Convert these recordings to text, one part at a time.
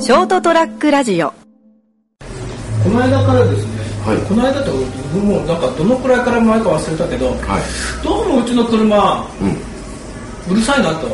ショートトラックラジオ。 この間からですね、 はい、 この間ともうなんかどのくらいから前か忘れたけど、 はい、 どうもうちの車、うるさいなと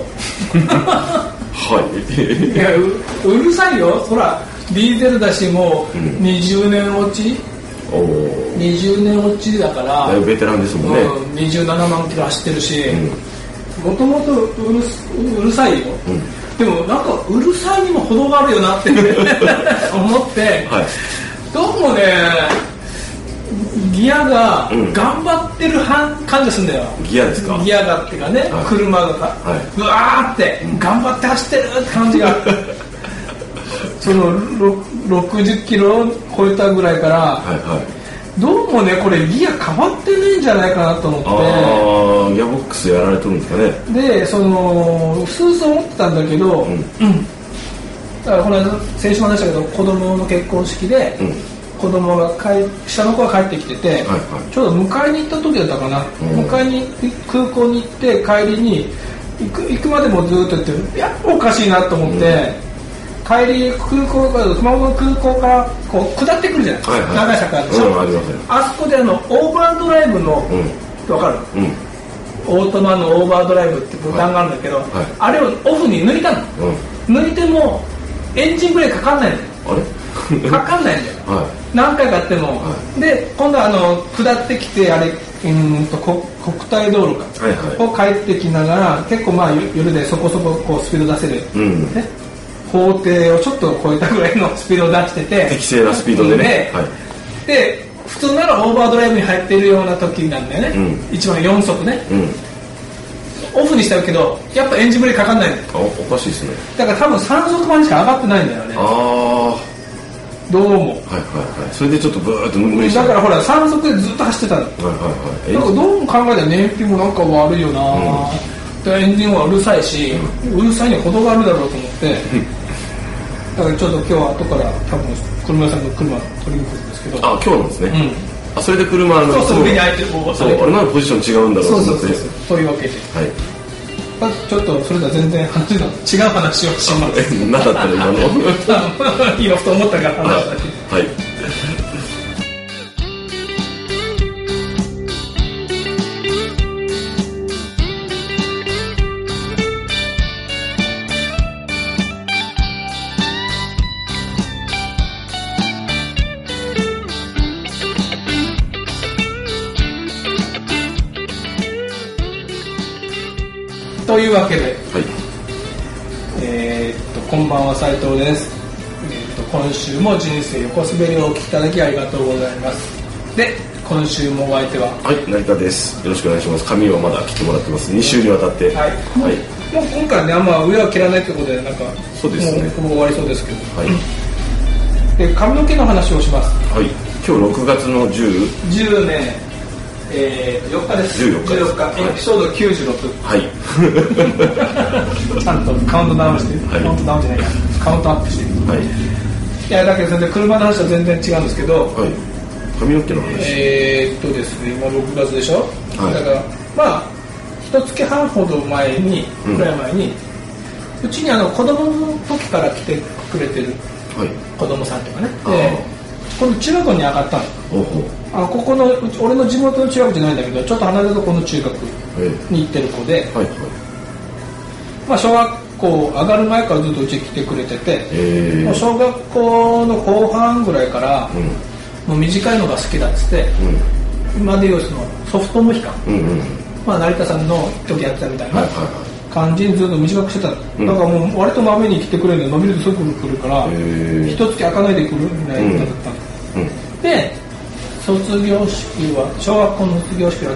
はいいや うるさいよ。ほらディーゼルだしもう20年落ち、20年落ちだからだいぶベテランですもんね、 27万キロ走ってるし、もともとうるさいよ、でもなんかうるさいにも程があるよなって思って、はい、どうもねギアが頑張ってる感じがするんだよ。 ギアですか？ ギアがっていうかね、はい、車が、はい、うわーって頑張って走ってるって感じがその60キロを超えたぐらいから、はいはい、どうもねこれギア変わってねえんじゃないかなと思って。 ギアボックスやられてるんですかね。でそのスース思ってたんだけど、だからこの間先週も話したけど子供の結婚式で、子供が下の子が帰ってきてて、はいはい、ちょうど迎えに行った時だったかな、迎えに空港に行って帰りに行くまでもずっと言ってやっぱおかしいなと思って、帰り空港から熊本の空港からこう下ってくるじゃない、はいはい、長い坂でしょ、あそこでオーバードライブの、分かる、オートマのオーバードライブってボタンがあるんだけど、はいはい、あれをオフに抜いたの、抜いてもエンジンブレーキかかんないんだよ。あれかかんないんだよ、はい、何回かやっても、はい、で今度は下ってきてあれ国体道路か、はいはい、を帰ってきながら結構まあ夜でそこそここうスピード出せる、ね、法定をちょっと超えたぐらいのスピードを出してて適正なスピードでね、はい、 で普通ならオーバードライブに入っているような時なんだよね、一番4速ね、オフにしたけどやっぱエンジンブレーキかかんないんだよ。 おかしいですね。 だから多分3速までしか上がってないんだよね。どうも、はいはいはい、それでちょっとブーッと無理した。 だからほら3速でずっと走ってたの、はいはいはい、だからどうも考えたら燃費もなんか悪いよな、エンジンはうるさいし、うるさいには程があるだろうと思って、だからちょっと今日は後から多分車屋さんの車取りに行くんですけど。 今日なんですね、それで車のそう上に開いてるあれなんでポジション違うんだろうと思って。 そういうわけで、はい、ちょっとそれでは全然話の違う話をします。 何だったの今のいいよと思ったから話したし、 はい、 というわけで、はい、こんばんは斉藤です。今週も人生横滑りをお聞きいただきありがとうございます。で今週もお相手は成田です。よろしくお願いします。髪をまだ切ってもらってます。2週にわたって、はいもう今回ねあんま上は切らないということでなんかそうですね、 もう終わりそうですけど、はい、で髪の毛の話をします。 はい、今日6月の 10ね4日です。14日、エピソード96。 はい。 ちゃんとカウントダウンしてる。カウントダウンじゃないや。カウントアップしてる。はい。いやだけど全然車の話は全然違うんですけど。 はい。髪の毛の話。 ですね、今6月でしょ。はい。だからまあ1月半ほど前にくらい前に、うちに子供の時から来てくれてる子供さんとかね。で、今度中学校に上がったの。ここの俺の地元の中学じゃないんだけどちょっと離れたところの中学に行ってる子で、はいはい、まあ、小学校上がる前からずっとうち来てくれてて、もう小学校の後半ぐらいから、もう短いのが好きだっつって、今でいうそのソフトモヒカン、まあ、成田さんの時やってたみたいな感じにずっと短くしてた、だからもう割とまめに来てくれるの伸びるとすぐ来るから一月開かないで来るみたいなことだったんで、卒業式は小学校の卒業式があって、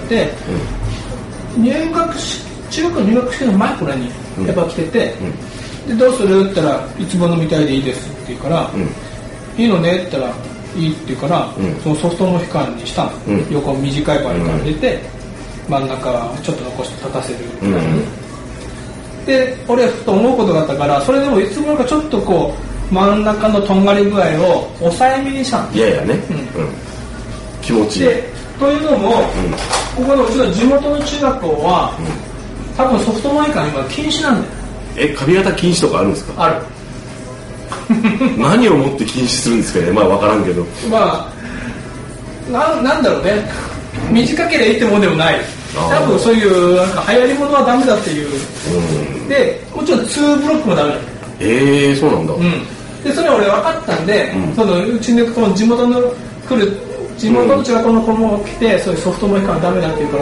中学の入学式の前くらいにやっぱ来てて、でどうするって言ったらいつものみたいでいいですって言うから、いいのねって言ったらいいって言うから、そのソフトモヒカンにしたの、横短いバリから出て、真ん中ちょっと残して立たせるみたいな、で俺はふと思うことがあったからそれでもいつもなんかちょっとこう真ん中のとんがり具合を抑えめにしたの。 いやいやね、気持ちいい。 でというのも、ここのうちの地元の中学校は、多分ソフトモヒカン今禁止なんだよ。 髪型禁止とかあるんですか？ ある。 何をもって禁止するんですかね。まあ分からんけど、 まあなんだろうね、短ければいいってもんでもない。多分そういうなんか流行り物はダメだっていう、でもちろん2ブロックもダメだ。 そうなんだ。 でそれ俺分かったんで、そのうちのこの地元の中学校の子も来て、そういうソフトモヒカンはダメだって言うから、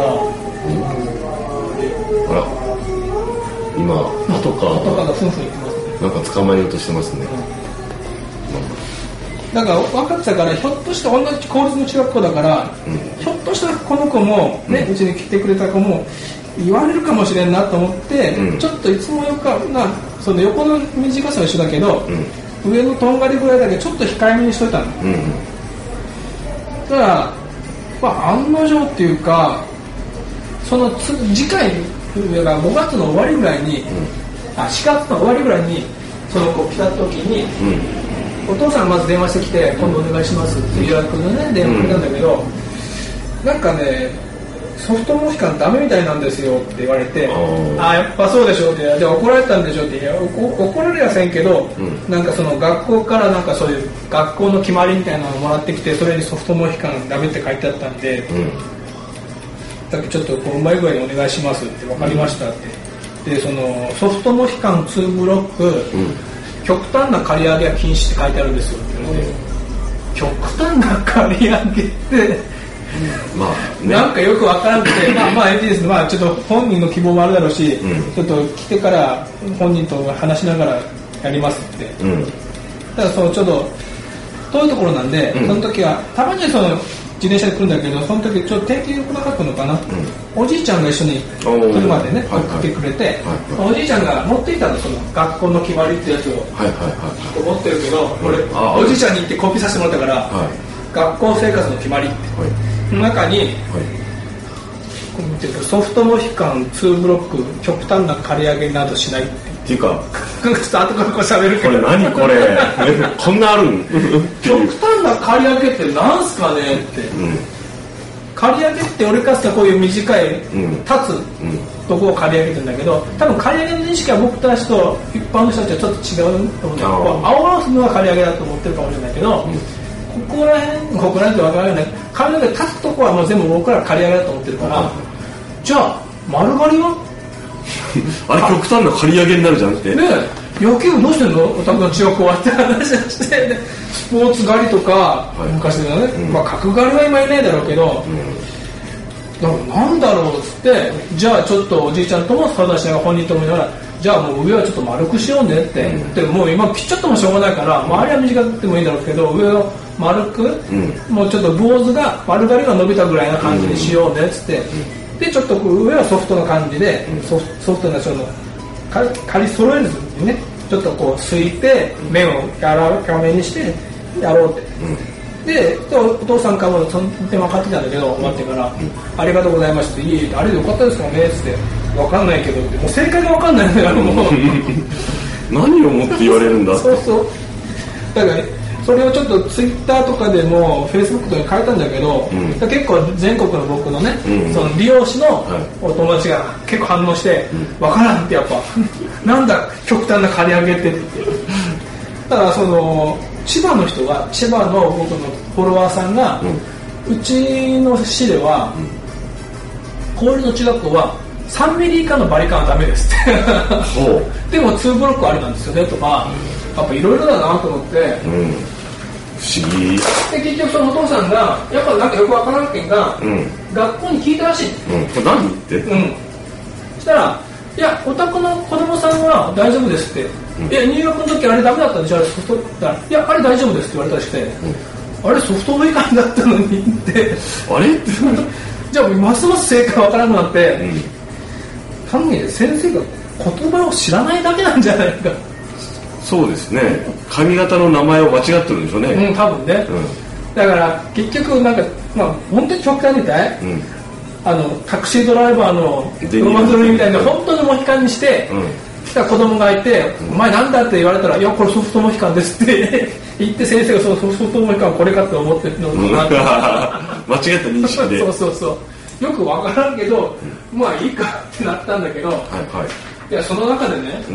あら今パトカーがふんふん言ってますね。 なんか捕まえようとしてますね。 だから分かってたから、ひょっとして同じ公立の中学校だから、ひょっとしたらこの子もね、うちに来てくれた子も言われるかもしれんなと思って、ちょっといつもよくその横の短さは一緒だけど、上のとんがりぐらいだけちょっと控えめにしといたの。だから、案の定っていうか、その次回が5月の終わりぐらいに、4月の終わりぐらいにその子来た時に、お父さんまず電話してきて、今度お願いしますっていう予約のね電話来たんだけど、なんかね、ソフトモヒカンダメみたいなんですよって言われて、やっぱそうでしょって、じゃあ怒られたんでしょって、怒られはせんけど、なんかその学校からなんかそういう学校の決まりみたいなのをもらってきて、それにソフトモヒカンダメって書いてあったんで、だけちょっとうまい具合にお願いしますって、分かりましたって。でそのソフトモヒカン2ブロック、極端な刈り上げは禁止って書いてあるんですよって言われて、極端な刈り上げってなんかよくわからなくて、いいですね、ちょっと本人の希望もあるだろうし、ちょっと来てから本人と話しながらやりますって、ただそのちょっと遠いところなんで、その時はたまにその自転車で来るんだけど、その時ちょっと定期良くなかったのかな、おじいちゃんが一緒に車でね追ってくれて、おじいちゃんが持っていたの、その学校の決まりってやつを持ってるけど、俺おじいちゃんに行ってコピーさせてもらったから、学校生活の決まりの中に、ソフトモヒカン2ブロック極端な刈り上げなどしないっていうか、 ちょっと後からこう喋るけど、 これ何これこんなあるん極端な刈り上げってなんすかねって、刈り上げって俺からしたらこういう短い、立つとこを刈り上げてるんだけど、多分刈り上げの認識は僕たちと一般の人たちはちょっと違うと思うんだけど、青々すのは刈り上げだと思ってるかもしれないけど、ここら辺って分からない、刈り上げ立つとこはもう全部僕ら刈り上げだと思ってるから、じゃあ丸刈りはあれ極端な刈り上げになるじゃなくて、 野球部どうしてんの、お宅の中学校はって話をして、スポーツ狩りとか、昔でね、角刈りは今いないだろうけど、なんだろうっつって、じゃあちょっとおじいちゃんとも相談しながら、本人とも言いながら、じゃあもう上はちょっと丸くしようねって、でもう今切っちゃってもしょうがないから、周りは短くてもいいんだろうけど、上を丸く、もうちょっと坊主が丸刈りが伸びたぐらいな感じにしようねっつって、でちょっと上はソフトな感じで、ソフトなその刈り揃えるんですね、ちょっとこうすいて面を柔らかめにしてやろうって、でお父さんからもその電話かかってきたんだけど、終わってから「ありがとうございました」って「いえいえ、あれでよかったですかね」っつって「分かんないけど」って、もう正解が分かんないんだよ、もう何をもって言われるんだって。 そうだからそれをちょっとツイッターとかでもフェイスブックとかに書いたんだけど、結構全国の僕のね、その利用者のお友達が結構反応して「分からん」って、やっぱなんだ極端な刈り上げってって。だからその千葉の人が、千葉の僕のフォロワーさんが、うちの市では公立の中学校は3ミリ以下のバリカンはダメですってでも2ブロックありなんですよねとか、やっぱいろいろだなと思って、 不思議で結局そのお父さんがやっぱなんかよくわからんけんが、学校に聞いたらしい、 これ何って、 そしたら「いやお宅の子供さんは大丈夫です」って「いや入学の時あれダメだったんでしょ、あれソフト」いやあれ大丈夫です」って言われたらしくて、あれソフトモヒカンだったのにってあれってじゃあますます正解わからなくなって、多分ね先生が言葉を知らないだけなんじゃないか。 そうですね、髪型の名前を間違ってるんでしょうね。 多分ね、だから結局なんか本当に極端に言ったい、タクシードライバーの馬乗りみたいな本当にモヒカンにして来た子供がいて、お前なんだって言われたら、いやこれソフトモヒカンですって言って、先生がそのソフトモヒカンこれかって思ってるのかなって間違った認識でそうよく分からんけど、まあいいかってなったんだけど、いやその中でね、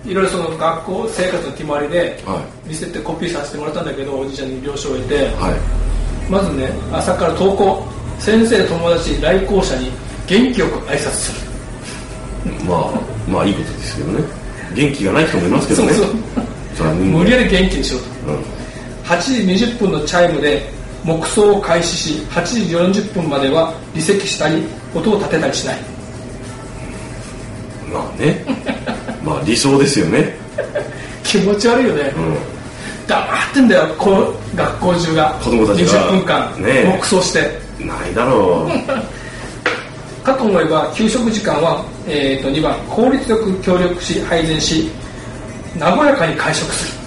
いろいろその学校生活の決まりで見せてコピーさせてもらったんだけど、おじいちゃんに了承を得て、まずね、朝から登校、先生友達来校者に元気よく挨拶する。 まあいいことですけどね。元気がない人もいますけどね。そう無理やり元気にしようと、8時20分のチャイムで黙想を開始し、8時40分までは離席したり音を立てたりしない。 まあねまあ理想ですよね。 気持ち悪いよね、黙ってんだよ、学校中が子供たちが 20分間黙想して、 ないだろうかと思えば給食時間は、2番効率よく協力し配膳し和やかに会食する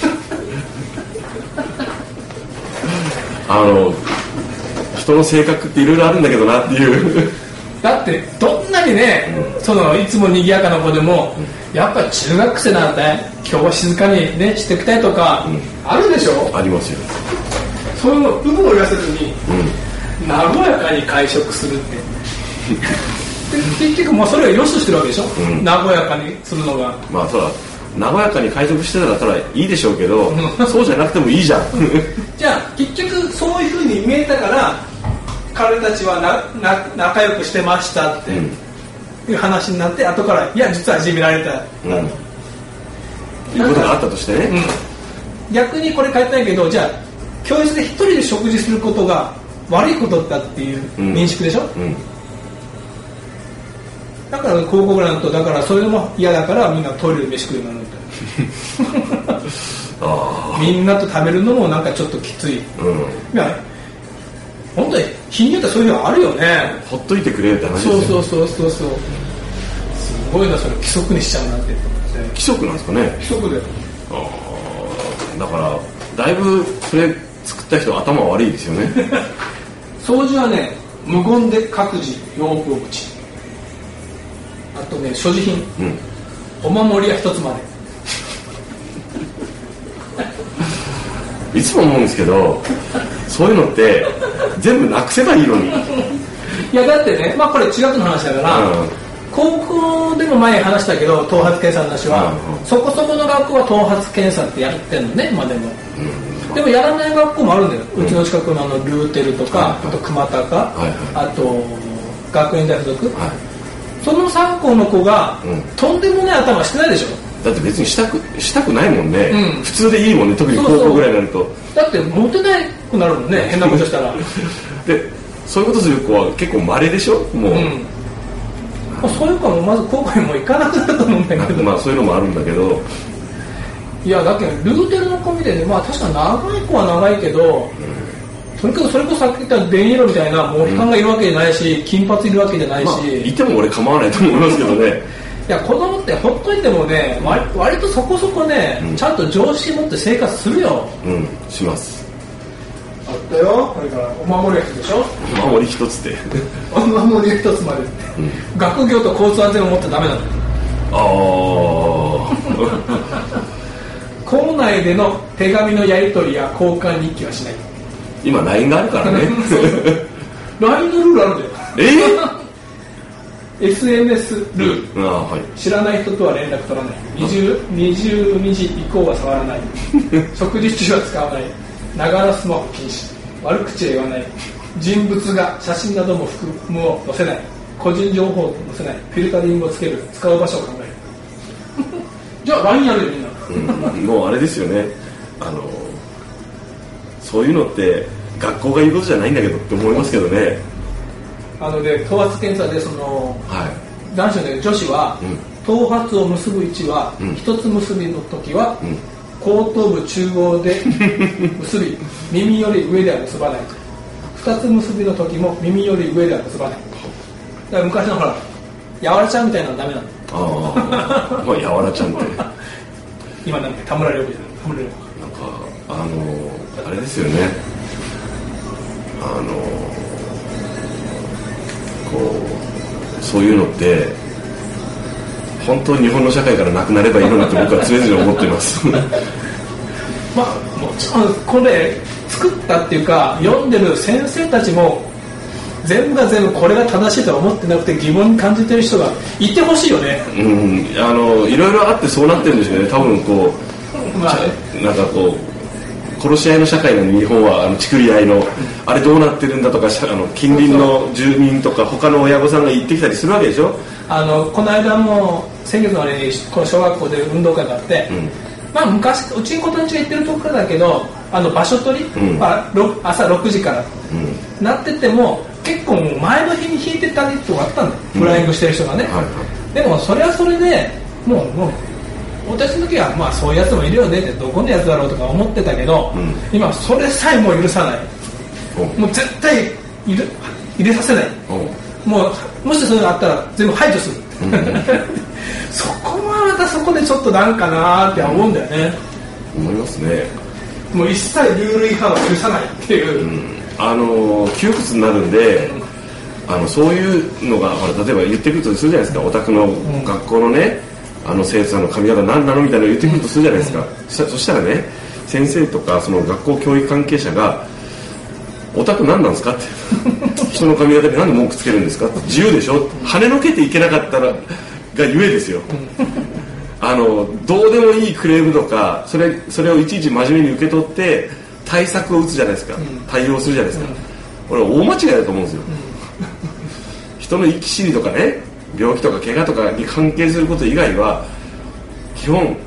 人の性格っていろいろあるんだけどなっていうだってどんなにね、いつも賑やかな子でも、やっぱり中学生なんて今日は静かにねしていきたいとか、あるでしょ。 ありますよ。 そういうの有無を言わせずに、和やかに会食するって結局もうそれが良しとしてるわけでしょ、和やかにするのが。 まあそら和やかに会食してたらそらいいでしょうけど、そうじゃなくてもいいじゃんじゃあ結局そういうふうに見えたから彼たちは仲良くしてましたっていう話になって、後からいや実はいじめられた、 いうことがあったとしてね、 逆にこれ書いてないけど、じゃあ教室で一人で食事することが悪いことだっていう認識でしょ、だから高校ぐらいになると、だからそれも嫌だからみんなトイレで飯食うようになるみたいなみんなと食べるのもなんかちょっときつい、いや本当に日によってそういうのあるよね。 ほっといてくれって話ですよね。 そうすごいな、それ規則にしちゃうなんて。 規則なんですかね。 規則で。 だからだいぶそれ作った人頭悪いですよね掃除はね、無言で各自洋服を口、あとね所持品、お守りは一つまでいつも思うんですけど、そういうのって全部なくせばいいのにいやだってね、これ中学の話だから、高校でも前話したけど頭髪検査の話は、そこそこの学校は頭髪検査ってやってんのね、でも、でもやらない学校もあるんだよ、うちの近くのルーテルとか、あと熊高、あと学園大附属、その3校の子が、とんでもない頭してないでしょ。 だって別にしたくないもんね、普通でいいもんね、特に高校ぐらいになると。 だってモテなくなるもんね変なことしたらでそういうことする子は結構稀でしょもう、 そういう子はまず高校にも行かなくなると思うんだけどそういうのもあるんだけど、 いやだけどルーテルの子見てね、確かに長い子は長いけど、とにかくそれこそさっき言った電色みたいなモヒカンがいるわけじゃないし、金髪いるわけじゃないし、 いても俺構わないと思いますけどねいや子供ってほっといてもね、割とそこそこね、ちゃんと常識持って生活するよ。 します。 あったよ、これからお守りが一つでしょ。 お守り一つでお守り一つまでって、学業と交通安全を持ってダメなんだよ。校内での手紙のやり取りや交換日記はしない。 今 LINE があるからね LINE のルールあるんだよSNS ルール、知らない人とは連絡取らない、22時以降は触らない食事中は使わない、ながらスマホ禁止、悪口は言わない、人物が写真なども含むを載せない、個人情報を載せない、フィルタリングをつける、使う場所を考えるじゃあ LINE やるよみんな、 もうあれですよね、そういうのって学校が言うことじゃないんだけどって思いますけどね。 頭髪検査で男子の女子は、頭髪を結ぶ位置は、一つ結びの時は、後頭部中央で結び耳より上では結ばない、二つ結びの時も耳より上では結ばない。だから昔のほらやわらちゃんみたいなのはダメなの。 やわらちゃんって今なんか田村亮子じゃない、 あれですよね、そういうのって本当に日本の社会からなくなればいいのにと僕は常々思っていますもちろんこれ作ったっていうか読んでる先生たちも全部が全部これが正しいとは思ってなくて疑問に感じてる人がいてほしいよね。 いろいろあってそうなってるんですよね。多分こう、なんかこう殺し合いの社会なのに日本は竹り合いのあれどうなってるんだとか、近隣の住民とか他の親御さんが言ってきたりするわけでしょ。 この間も先月までにこの小学校で運動会があって、まあ昔うち子供たちが行ってるところだけど場所取り、朝6時から、なってても結構前の日に引いてたりとかあったんだよ、フライングしてる人がね、でもそれはそれでもう私の時はまあそういうやつもいるよねってどこのやつだろうとか思ってたけど、今それさえも許さない、もう絶対入れさせない、もしそれがあったら全部排除する、そこはまたそこでちょっとなんかなって思うんだよね、 思いますね。 もう一切ルール違反は許さないっていう、 窮屈になるんで、そういうのが例えば言ってくるとするじゃないですか、お宅の学校のね、生徒さんの髪型何なのみたいなの言ってくるとするじゃないですか、そしたらね、先生とかその学校教育関係者がお宅何なんですかって人の髪型に何で文句つけるんですかって、自由でしょ、跳ねのけていけなかったらがゆえですよどうでもいいクレームとかそれをいちいち真面目に受け取って対策を打つじゃないですか、対応するじゃないですか、これは大間違いだと思うんですよ、人の生き死にとかね、病気とか怪我とかに関係すること以外は基本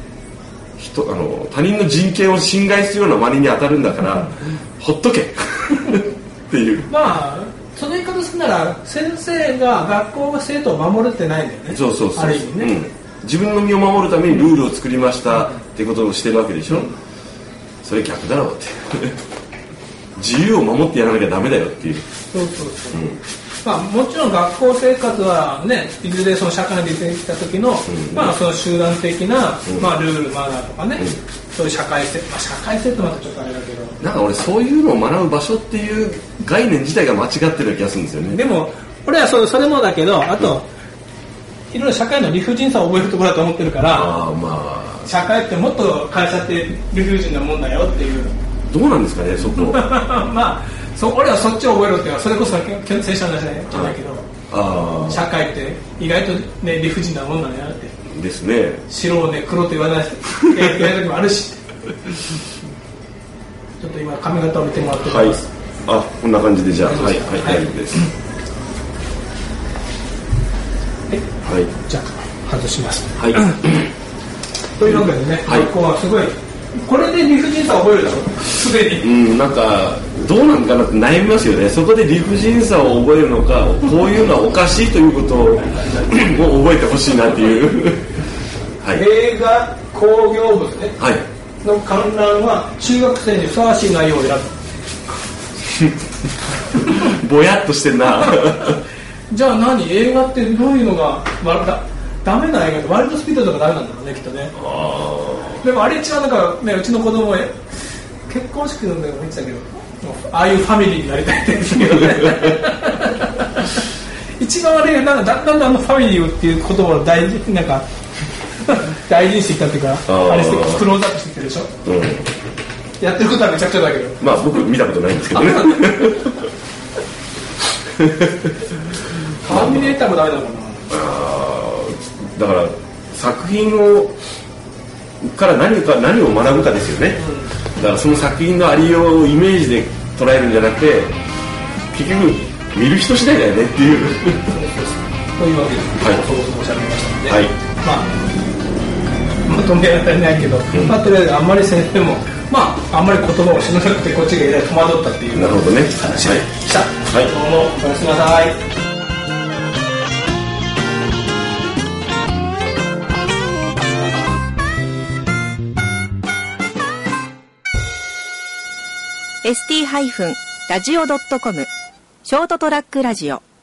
他人の人権を侵害するような真似に当たるんだからほっとけっていう、 まあその言い方するなら先生が学校が生徒を守れてないんだよね。 そうある意味ね、 自分の身を守るためにルールを作りましたっていうことをしてるわけでしょ、それ逆だろうって自由を守ってやらなきゃダメだよっていう。 そう、まあ、もちろん学校生活はね、いずれその社会に出てきた時の、まあその集団的な、まあルールマナーとかね、そういう社会性、社会性ってまたちょっとあれだけど、 なんか俺そういうのを学ぶ場所っていう概念自体が間違ってる気がするんですよね。 でも俺はそれもだけど、あと、いろいろ社会の理不尽さを覚えるところだと思ってるから、社会ってもっと会社って理不尽なもんだよっていう。 どうなんですかね、そこまあ俺はそっちを覚えろっていうのはそれこそ先週の話じゃないけど、社会って意外とね理不尽なもんなんだなってですね。 白をね黒と言わない時もあるしちょっと今髪型を見てもらってます。 こんな感じでじゃあ大丈夫です。 じゃあ外します。というわけでね、ここはすごいこれで理不尽さを覚えるだろう、すでに。 なんかどうなんかなって悩みますよね。そこで理不尽さを覚えるのか、こういうのはおかしいということを覚えてほしいなっていう映画工業部ね、の観覧は中学生にふさわしい内容を選ぶぼやっとしてんなじゃあ何、映画ってどういうのがダメな映画ってワイルドスピードとかダメなんだろうね、きっとね。でもあれ一番なんかね、うちの子供結婚式の時も言ってたけど、ああいうファミリーになりたいって言ってたけどね一番あれなんかだんだんファミリーっていう言葉を大事なんか大事にしてきたっていうか、あれクローズアップしてきてるでしょ、やってることはめちゃくちゃだけど、 まあ僕見たことないんですけどねターミネーターもダメだもんな。 だから作品から何を学ぶかですよね、だからその作品のありようをイメージで捉えるんじゃなくて、結局見る人次第だよねっていうというわけで、そう申し上げましたので、まとめられないけど、とりあえずあんまり先生もあんまり言葉を知らなくてこっちがいら戸惑ったっていうなるほどね話でした。どうもおやすみなさい。 ST-radio.com ショートトラックラジオ